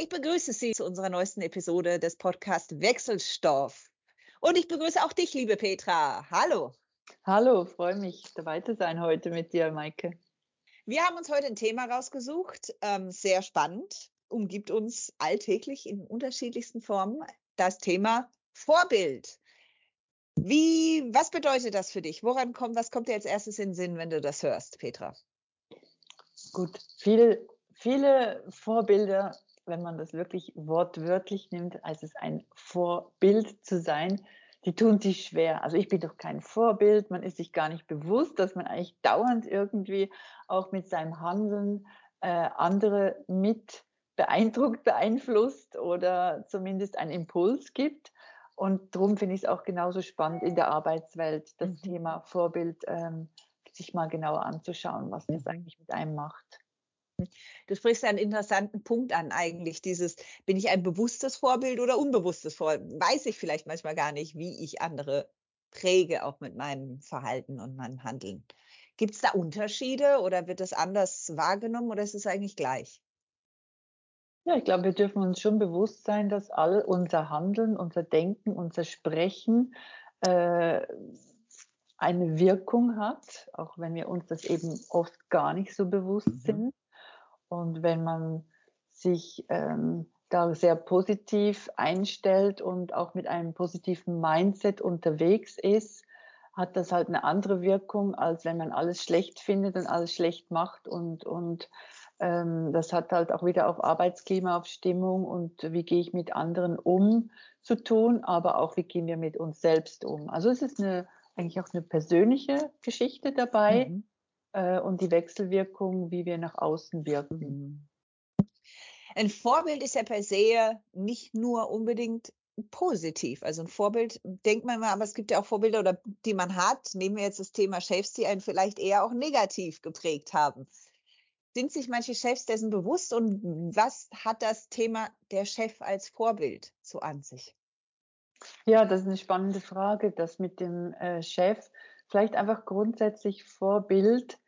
Ich begrüße Sie zu unserer neuesten Episode des Podcasts Wechselstoff. Und ich begrüße auch dich, liebe Petra. Hallo. Hallo, freue mich, dabei zu sein heute mit dir, Maike. Wir haben uns heute ein Thema rausgesucht, sehr spannend, umgibt uns alltäglich in unterschiedlichsten Formen. Das Thema Vorbild. Was bedeutet das für dich? Was kommt dir als erstes in den Sinn, wenn du das hörst, Petra? Gut, viele Vorbilder, wenn man das wirklich wortwörtlich nimmt, als es ein Vorbild zu sein, die tun sich schwer. Also ich bin doch kein Vorbild, man ist sich gar nicht bewusst, dass man eigentlich dauernd irgendwie auch mit seinem Handeln andere mit beeindruckt, beeinflusst oder zumindest einen Impuls gibt. Und darum finde ich es auch genauso spannend in der Arbeitswelt, das Thema Vorbild sich mal genauer anzuschauen, was das eigentlich mit einem macht. Du sprichst einen interessanten Punkt an eigentlich, bin ich ein bewusstes Vorbild oder unbewusstes Vorbild? Weiß ich vielleicht manchmal gar nicht, wie ich andere präge, auch mit meinem Verhalten und meinem Handeln. Gibt es da Unterschiede oder wird das anders wahrgenommen oder ist es eigentlich gleich? Ja, ich glaube, wir dürfen uns schon bewusst sein, dass all unser Handeln, unser Denken, unser Sprechen eine Wirkung hat, auch wenn wir uns das eben oft gar nicht so bewusst sind. Und wenn man sich da sehr positiv einstellt und auch mit einem positiven Mindset unterwegs ist, hat das halt eine andere Wirkung, als wenn man alles schlecht findet und alles schlecht macht. Und das hat halt auch wieder auf Arbeitsklima, auf Stimmung und wie gehe ich mit anderen um zu tun, aber auch wie gehen wir mit uns selbst um. Also es ist eigentlich auch eine persönliche Geschichte dabei. Und die Wechselwirkung, wie wir nach außen wirken. Ein Vorbild ist ja per se nicht nur unbedingt positiv. Also ein Vorbild denkt man mal, aber es gibt ja auch Vorbilder, die man hat. Nehmen wir jetzt das Thema Chefs, die einen vielleicht eher auch negativ geprägt haben. Sind sich manche Chefs dessen bewusst und was hat das Thema der Chef als Vorbild so an sich? Ja, das ist eine spannende Frage, das mit dem Chef. Vielleicht einfach grundsätzlich Vorbild.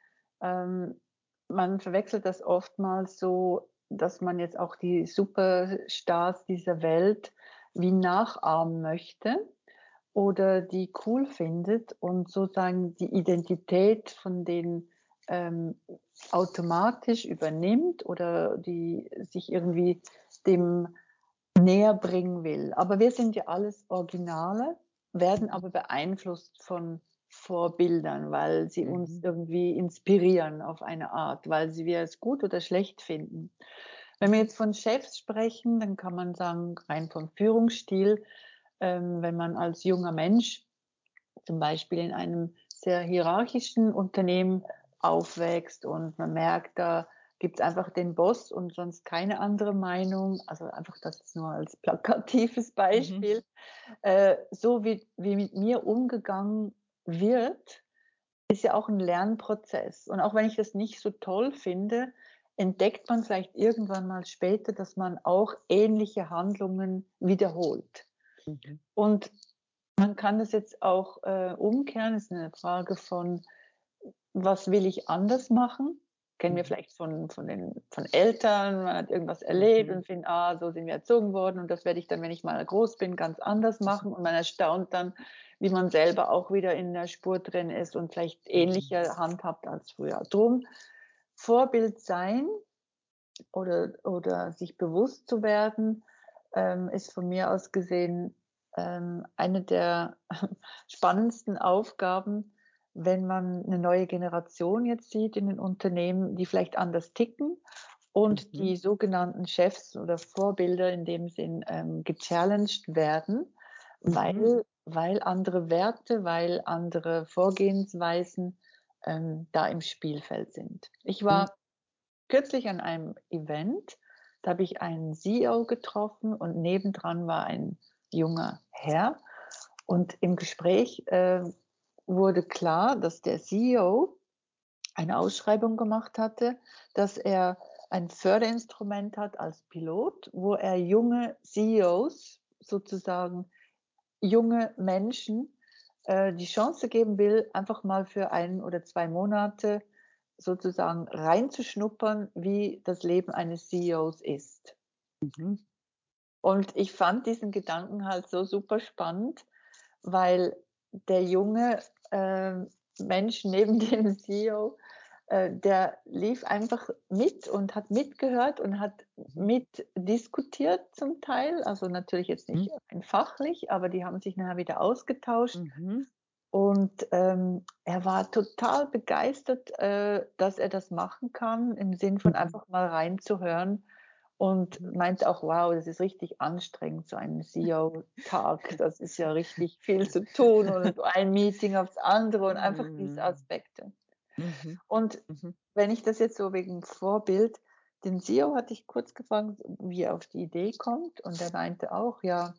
Man verwechselt das oftmals so, dass man jetzt auch die Superstars dieser Welt wie nachahmen möchte oder die cool findet und sozusagen die Identität von denen automatisch übernimmt oder die sich irgendwie dem näher bringen will. Aber wir sind ja alles Originale, werden aber beeinflusst von Vorbildern, weil sie uns irgendwie inspirieren auf eine Art, weil wir es gut oder schlecht finden. Wenn wir jetzt von Chefs sprechen, dann kann man sagen, rein vom Führungsstil, wenn man als junger Mensch zum Beispiel in einem sehr hierarchischen Unternehmen aufwächst und man merkt, da gibt es einfach den Boss und sonst keine andere Meinung. Also einfach das ist nur als plakatives Beispiel. So wie mit mir umgegangen wird, ist ja auch ein Lernprozess. Und auch wenn ich das nicht so toll finde, entdeckt man vielleicht irgendwann mal später, dass man auch ähnliche Handlungen wiederholt. Und man kann das jetzt auch umkehren. Das ist eine Frage von, was will ich anders machen? Kennen wir vielleicht von Eltern, man hat irgendwas erlebt und findet, so sind wir erzogen worden und das werde ich dann, wenn ich mal groß bin, ganz anders machen. Und man erstaunt dann, wie man selber auch wieder in der Spur drin ist und vielleicht ähnlicher handhabt als früher. Drum Vorbild sein oder sich bewusst zu werden, ist von mir aus gesehen eine der spannendsten Aufgaben, wenn man eine neue Generation jetzt sieht in den Unternehmen, die vielleicht anders ticken und die sogenannten Chefs oder Vorbilder in dem Sinn gechallenged werden, weil andere Werte, weil andere Vorgehensweisen da im Spielfeld sind. Ich war kürzlich an einem Event, da habe ich einen CEO getroffen und nebendran war ein junger Herr. Und im Gespräch wurde klar, dass der CEO eine Ausschreibung gemacht hatte, dass er ein Förderinstrument hat als Pilot, wo er junge CEOs, sozusagen junge Menschen, die Chance geben will, einfach mal für 1 oder 2 Monate sozusagen reinzuschnuppern, wie das Leben eines CEOs ist. Mhm. Und ich fand diesen Gedanken halt so super spannend, weil der junge Mensch neben dem CEO, der lief einfach mit und hat mitgehört und hat Mhm. mitdiskutiert zum Teil. Also natürlich jetzt nicht rein fachlich, aber die haben sich nachher wieder ausgetauscht. Mhm. Und er war total begeistert, dass er das machen kann, im Sinn von einfach mal reinzuhören und Mhm. meinte auch, wow, das ist richtig anstrengend, so ein CEO-Tag. Das ist ja richtig viel zu tun und ein Meeting aufs andere und einfach diese Mhm. Aspekte. Mhm. Und Mhm. wenn ich das jetzt so wegen Vorbild, den CEO hatte ich kurz gefragt, wie er auf die Idee kommt. Und er meinte auch, ja,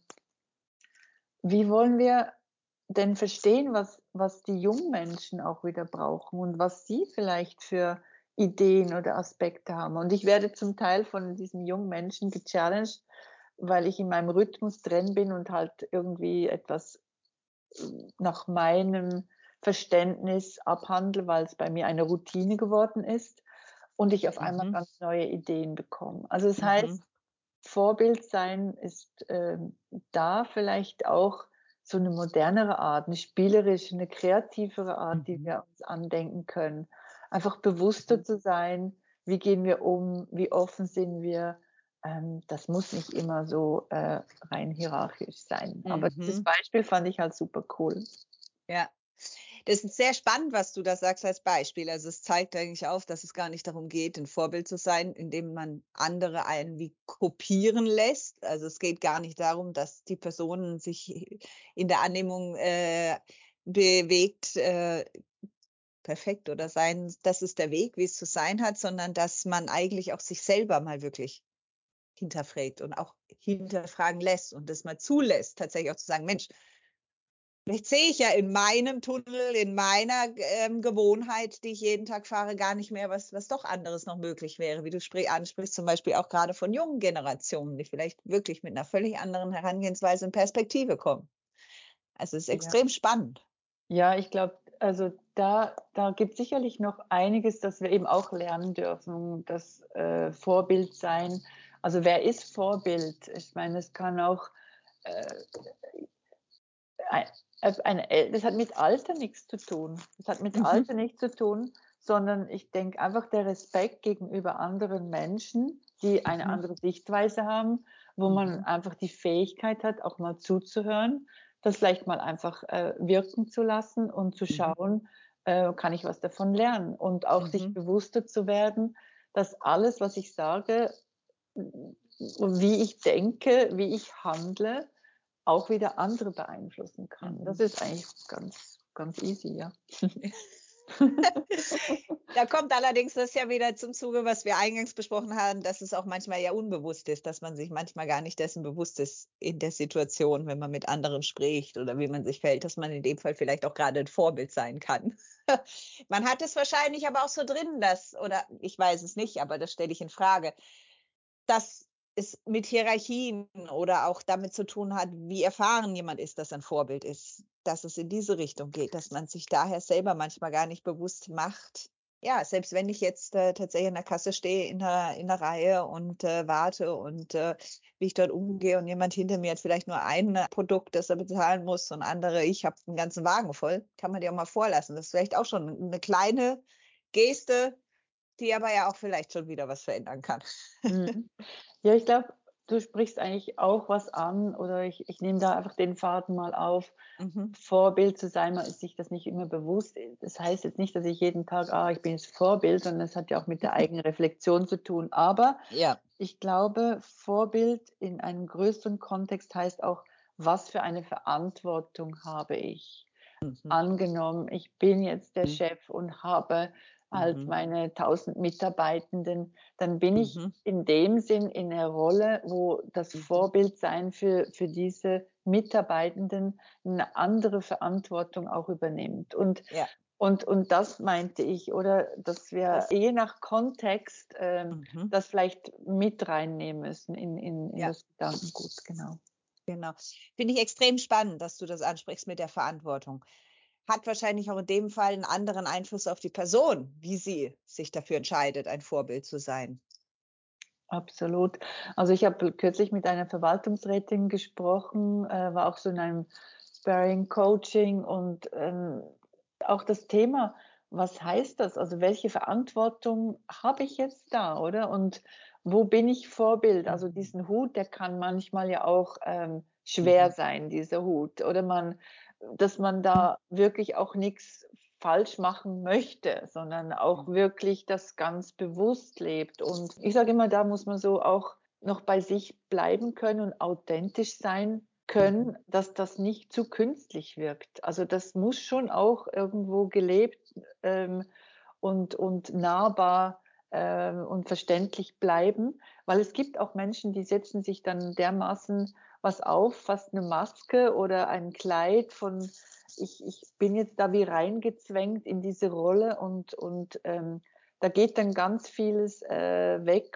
wie wollen wir denn verstehen, was die jungen Menschen auch wieder brauchen und was sie vielleicht für Ideen oder Aspekte haben? Und ich werde zum Teil von diesen jungen Menschen gechallenged, weil ich in meinem Rhythmus drin bin und halt irgendwie etwas nach meinem Verständnis abhandle, weil es bei mir eine Routine geworden ist und ich auf einmal Mhm. ganz neue Ideen bekomme. Also das Mhm. heißt, Vorbild sein ist da vielleicht auch so eine modernere Art, eine spielerische, eine kreativere Art, die Mhm. wir uns andenken können. Einfach bewusster Mhm. zu sein, wie gehen wir um, wie offen sind wir. Das muss nicht immer so rein hierarchisch sein. Aber dieses Mhm. Beispiel fand ich halt super cool. Ja. Das ist sehr spannend, was du da sagst als Beispiel. Also es zeigt eigentlich auf, dass es gar nicht darum geht, ein Vorbild zu sein, indem man andere einen wie kopieren lässt. Also es geht gar nicht darum, dass die Person sich in der Annehmung bewegt, perfekt oder sein, das ist der Weg, wie es zu sein hat, sondern dass man eigentlich auch sich selber mal wirklich hinterfragt und auch hinterfragen lässt und das mal zulässt, tatsächlich auch zu sagen, Mensch, vielleicht sehe ich ja in meinem Tunnel, in meiner Gewohnheit, die ich jeden Tag fahre, gar nicht mehr, was doch anderes noch möglich wäre. Wie du ansprichst, zum Beispiel auch gerade von jungen Generationen, die vielleicht wirklich mit einer völlig anderen Herangehensweise und Perspektive kommen. Also es ist Ja. extrem spannend. Ja, ich glaube, also da gibt es sicherlich noch einiges, das wir eben auch lernen dürfen, das Vorbild sein. Also wer ist Vorbild? Ich meine, es kann auch äh, das hat mit Alter nichts zu tun. Das hat mit Mhm. Alter nichts zu tun, sondern ich denke einfach der Respekt gegenüber anderen Menschen, die eine Mhm. andere Sichtweise haben, wo man Mhm. einfach die Fähigkeit hat, auch mal zuzuhören, das vielleicht mal einfach wirken zu lassen und zu Mhm. schauen, kann ich was davon lernen und auch sich Mhm. bewusster zu werden, dass alles, was ich sage, wie ich denke, wie ich handle, auch wieder andere beeinflussen kann. Das Mhm. ist eigentlich ganz, ganz easy, ja. Da kommt allerdings das ja wieder zum Zuge, was wir eingangs besprochen haben, dass es auch manchmal ja unbewusst ist, dass man sich manchmal gar nicht dessen bewusst ist in der Situation, wenn man mit anderen spricht oder wie man sich verhält, dass man in dem Fall vielleicht auch gerade ein Vorbild sein kann. Man hat es wahrscheinlich aber auch so drin, dass, oder ich weiß es nicht, aber das stelle ich in Frage, dass es mit Hierarchien oder auch damit zu tun hat, wie erfahren jemand ist, dass ein Vorbild ist, dass es in diese Richtung geht, dass man sich daher selber manchmal gar nicht bewusst macht. Ja, selbst wenn ich jetzt tatsächlich in der Kasse stehe, in der Reihe und warte und wie ich dort umgehe und jemand hinter mir hat vielleicht nur ein Produkt, das er bezahlen muss und andere, ich habe einen ganzen Wagen voll, kann man dir auch mal vorlassen. Das ist vielleicht auch schon eine kleine Geste, die aber ja auch vielleicht schon wieder was verändern kann. Mhm. Ja, ich glaube, du sprichst eigentlich auch was an oder ich nehme da einfach den Faden mal auf. Mhm. Vorbild zu sein, man ist sich das nicht immer bewusst. Das heißt jetzt nicht, dass ich jeden Tag, ich bin jetzt Vorbild, sondern es hat ja auch mit der eigenen Reflexion zu tun. Aber Ja. ich glaube, Vorbild in einem größeren Kontext heißt auch, was für eine Verantwortung habe ich? Mhm. Angenommen, ich bin jetzt der Chef und habe halt Mhm. meine 1000 Mitarbeitenden, dann bin ich Mhm. in dem Sinn in der Rolle, wo das Mhm. Vorbild sein für diese Mitarbeitenden eine andere Verantwortung auch übernimmt. Ja. Und das meinte ich, oder dass wir Das, je nach Kontext mhm. das vielleicht mit reinnehmen müssen in Ja, das Gedankengut, genau. genau. Finde ich extrem spannend, dass du das ansprichst mit der Verantwortung. Hat wahrscheinlich auch in dem Fall einen anderen Einfluss auf die Person, wie sie sich dafür entscheidet, ein Vorbild zu sein. Absolut. Also ich habe kürzlich mit einer Verwaltungsrätin gesprochen, war auch so in einem Sparring-Coaching und auch das Thema, was heißt das? Also welche Verantwortung habe ich jetzt da, oder? Und wo bin ich Vorbild? Also diesen Hut, der kann manchmal ja auch schwer sein, dieser Hut. Oder dass man da wirklich auch nichts falsch machen möchte, sondern auch wirklich das ganz bewusst lebt. Und ich sage immer, da muss man so auch noch bei sich bleiben können und authentisch sein können, dass das nicht zu künstlich wirkt. Also das muss schon auch irgendwo gelebt und nahbar und verständlich bleiben, weil es gibt auch Menschen, die setzen sich dann dermaßen was auf, fast eine Maske oder ein Kleid von ich bin jetzt da wie reingezwängt in diese Rolle und da geht dann ganz vieles weg,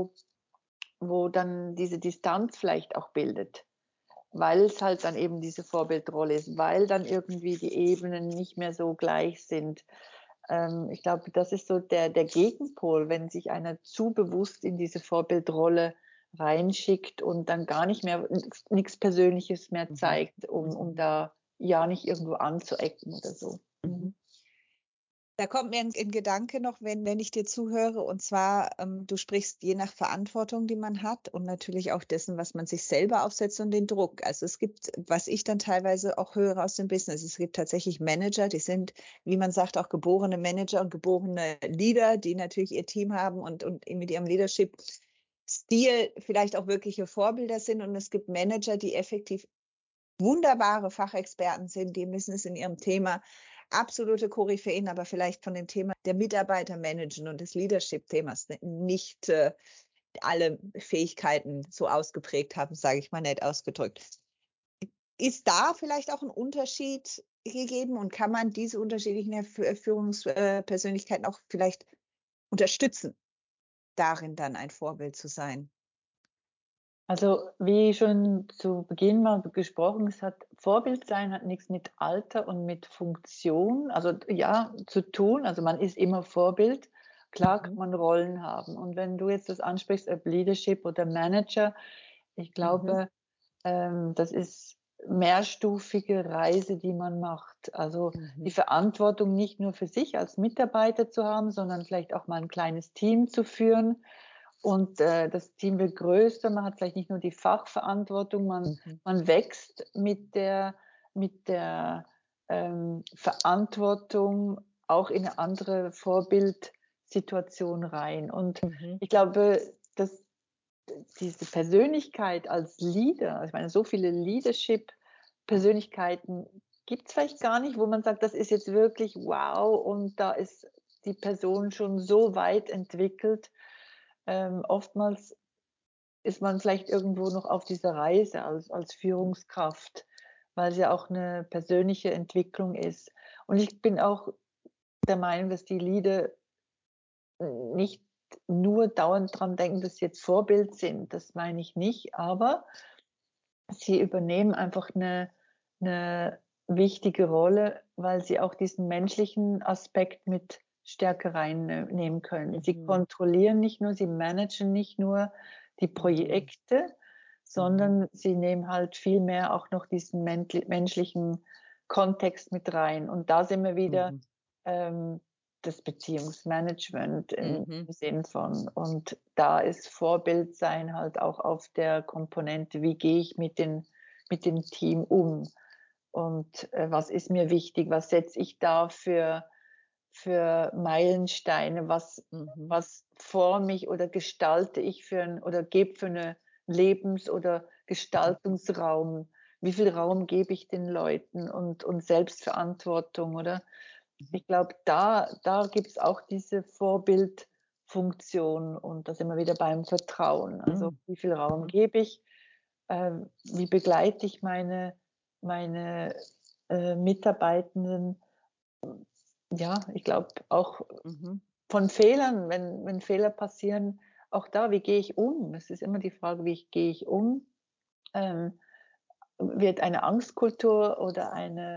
wo dann diese Distanz vielleicht auch bildet, weil es halt dann eben diese Vorbildrolle ist, weil dann irgendwie die Ebenen nicht mehr so gleich sind. Ich glaube, das ist so der Gegenpol, wenn sich einer zu bewusst in diese Vorbildrolle reinschickt und dann gar nicht mehr nichts Persönliches mehr zeigt, um da ja nicht irgendwo anzuecken oder so. Da kommt mir ein Gedanke noch, wenn ich dir zuhöre, und zwar, du sprichst je nach Verantwortung, die man hat und natürlich auch dessen, was man sich selber aufsetzt und den Druck. Also es gibt, was ich dann teilweise auch höre aus dem Business, es gibt tatsächlich Manager, die sind, wie man sagt, auch geborene Manager und geborene Leader, die natürlich ihr Team haben und mit ihrem Leadership-Stil vielleicht auch wirkliche Vorbilder sind. Und es gibt Manager, die effektiv wunderbare Fachexperten sind, die müssen es in ihrem Thema absolute Koryphäen, aber vielleicht von dem Thema der Mitarbeiter managen und des Leadership-Themas nicht alle Fähigkeiten so ausgeprägt haben, sage ich mal nett ausgedrückt. Ist da vielleicht auch ein Unterschied gegeben und kann man diese unterschiedlichen Führungspersönlichkeiten auch vielleicht unterstützen, darin dann ein Vorbild zu sein? Also wie schon zu Beginn mal gesprochen, Vorbild sein hat nichts mit Alter und mit Funktion, also ja, zu tun. Also man ist immer Vorbild. Klar kann man Rollen haben. Und wenn du jetzt das ansprichst, ob Leadership oder Manager, ich glaube, das ist mehrstufige Reise, die man macht. Also die Verantwortung nicht nur für sich als Mitarbeiter zu haben, sondern vielleicht auch mal ein kleines Team zu führen. Und das Team wird größer, man hat vielleicht nicht nur die Fachverantwortung, man wächst mit der Verantwortung auch in eine andere Vorbildsituation rein. Und ich glaube, dass diese Persönlichkeit als Leader, ich meine, so viele Leadership-Persönlichkeiten gibt es vielleicht gar nicht, wo man sagt, das ist jetzt wirklich wow und da ist die Person schon so weit entwickelt. Oftmals ist man vielleicht irgendwo noch auf dieser Reise als Führungskraft, weil es ja auch eine persönliche Entwicklung ist. Und ich bin auch der Meinung, dass die Leader nicht nur dauernd dran denken, dass sie jetzt Vorbild sind. Das meine ich nicht, aber sie übernehmen einfach eine wichtige Rolle, weil sie auch diesen menschlichen Aspekt mit stärker reinnehmen können. Sie kontrollieren nicht nur, sie managen nicht nur die Projekte, sondern sie nehmen halt viel mehr auch noch diesen menschlichen Kontext mit rein. Und da sind wir wieder das Beziehungsmanagement im Sinn von. Und da ist Vorbildsein halt auch auf der Komponente, wie gehe ich mit dem Team um? Und was ist mir wichtig? Was setze ich da für Meilensteine? Was forme ich oder gestalte ich oder gebe für eine Lebens- oder Gestaltungsraum? Wie viel Raum gebe ich den Leuten und Selbstverantwortung, oder? Ich glaube, da gibt es auch diese Vorbildfunktion und da sind wir wieder beim Vertrauen. Also wie viel Raum gebe ich? Wie begleite ich meine Mitarbeitenden? Ja, ich glaube auch von Fehlern, wenn Fehler passieren, auch da, wie gehe ich um? Es ist immer die Frage, gehe ich um? Ähm, Wird eine Angstkultur oder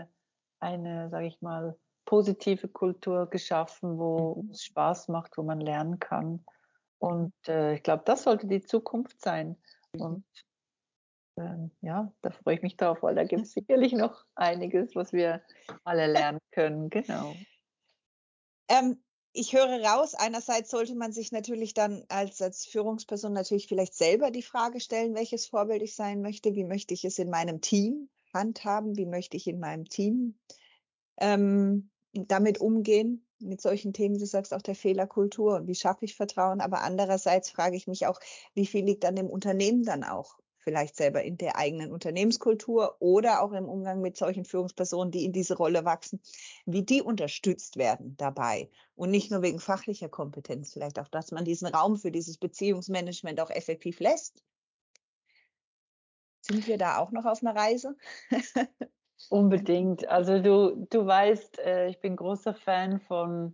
sage ich mal, positive Kultur geschaffen, wo es Spaß macht, wo man lernen kann. Und ich glaube, das sollte die Zukunft sein. Und ja, da freue ich mich drauf, weil da gibt es sicherlich noch einiges, was wir alle lernen können. Genau. Ähm, Ich höre raus, einerseits sollte man sich natürlich dann als Führungsperson natürlich vielleicht selber die Frage stellen, welches Vorbild ich sein möchte, wie möchte ich es in meinem Team handhaben, wie möchte ich in meinem Team damit umgehen, mit solchen Themen, du sagst auch der Fehlerkultur und wie schaffe ich Vertrauen, aber andererseits frage ich mich auch, wie viel liegt an dem Unternehmen dann auch vielleicht selber in der eigenen Unternehmenskultur oder auch im Umgang mit solchen Führungspersonen, die in diese Rolle wachsen, wie die unterstützt werden dabei und nicht nur wegen fachlicher Kompetenz, vielleicht auch, dass man diesen Raum für dieses Beziehungsmanagement auch effektiv lässt. Sind wir da auch noch auf einer Reise? Unbedingt. Also du weißt, ich bin großer Fan von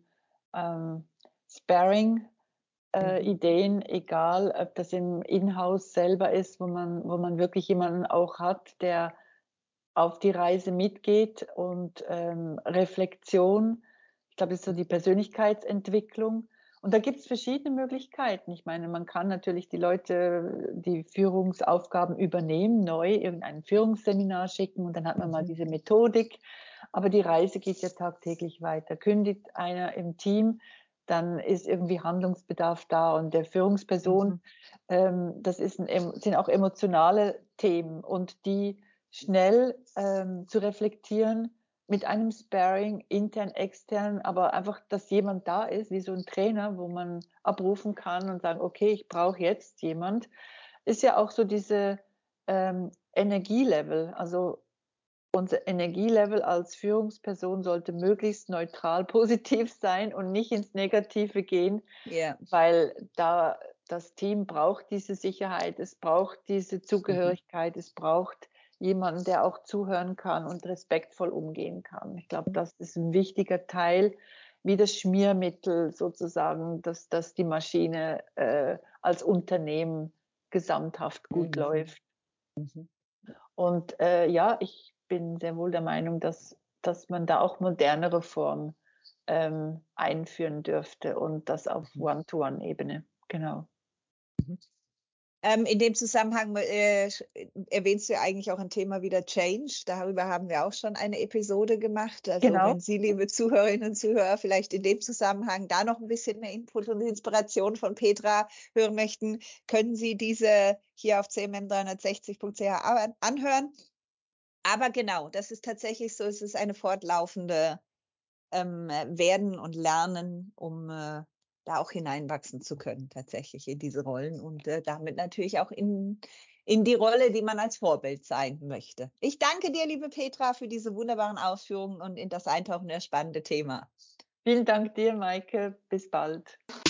Sparring. Ideen, egal ob das im Inhouse selber ist, wo man wirklich jemanden auch hat, der auf die Reise mitgeht und Reflexion. Ich glaube, das ist so die Persönlichkeitsentwicklung. Und da gibt es verschiedene Möglichkeiten. Ich meine, man kann natürlich die Leute, die Führungsaufgaben übernehmen, neu irgendein Führungsseminar schicken und dann hat man mal diese Methodik. Aber die Reise geht ja tagtäglich weiter. Kündigt einer im Team, dann ist irgendwie Handlungsbedarf da und der Führungsperson, das sind auch emotionale Themen und die schnell zu reflektieren mit einem Sparring, intern, extern, aber einfach, dass jemand da ist, wie so ein Trainer, wo man abrufen kann und sagen, okay, ich brauche jetzt jemand, ist ja auch so diese Energielevel. Also unser Energielevel als Führungsperson sollte möglichst neutral positiv sein und nicht ins Negative gehen, Ja. weil das Team braucht diese Sicherheit, es braucht diese Zugehörigkeit, es braucht jemanden, der auch zuhören kann und respektvoll umgehen kann. Ich glaube, das ist ein wichtiger Teil, wie das Schmiermittel sozusagen, dass die Maschine als Unternehmen gesamthaft gut läuft. Und ja, ich bin sehr wohl der Meinung, dass man da auch modernere Formen einführen dürfte und das auf One-to-One-Ebene. Genau. In dem Zusammenhang erwähnst du ja eigentlich auch ein Thema wieder Change. Darüber haben wir auch schon eine Episode gemacht. Also Genau. wenn Sie, liebe Zuhörerinnen und Zuhörer, vielleicht in dem Zusammenhang da noch ein bisschen mehr Input und Inspiration von Petra hören möchten, können Sie diese hier auf cmm360.ch anhören. Aber genau, das ist tatsächlich so, es ist eine fortlaufende Werden und Lernen, um da auch hineinwachsen zu können, tatsächlich in diese Rollen und damit natürlich auch in die Rolle, die man als Vorbild sein möchte. Ich danke dir, liebe Petra, für diese wunderbaren Ausführungen und in das Eintauchen in das spannende Thema. Vielen Dank dir, Maike. Bis bald.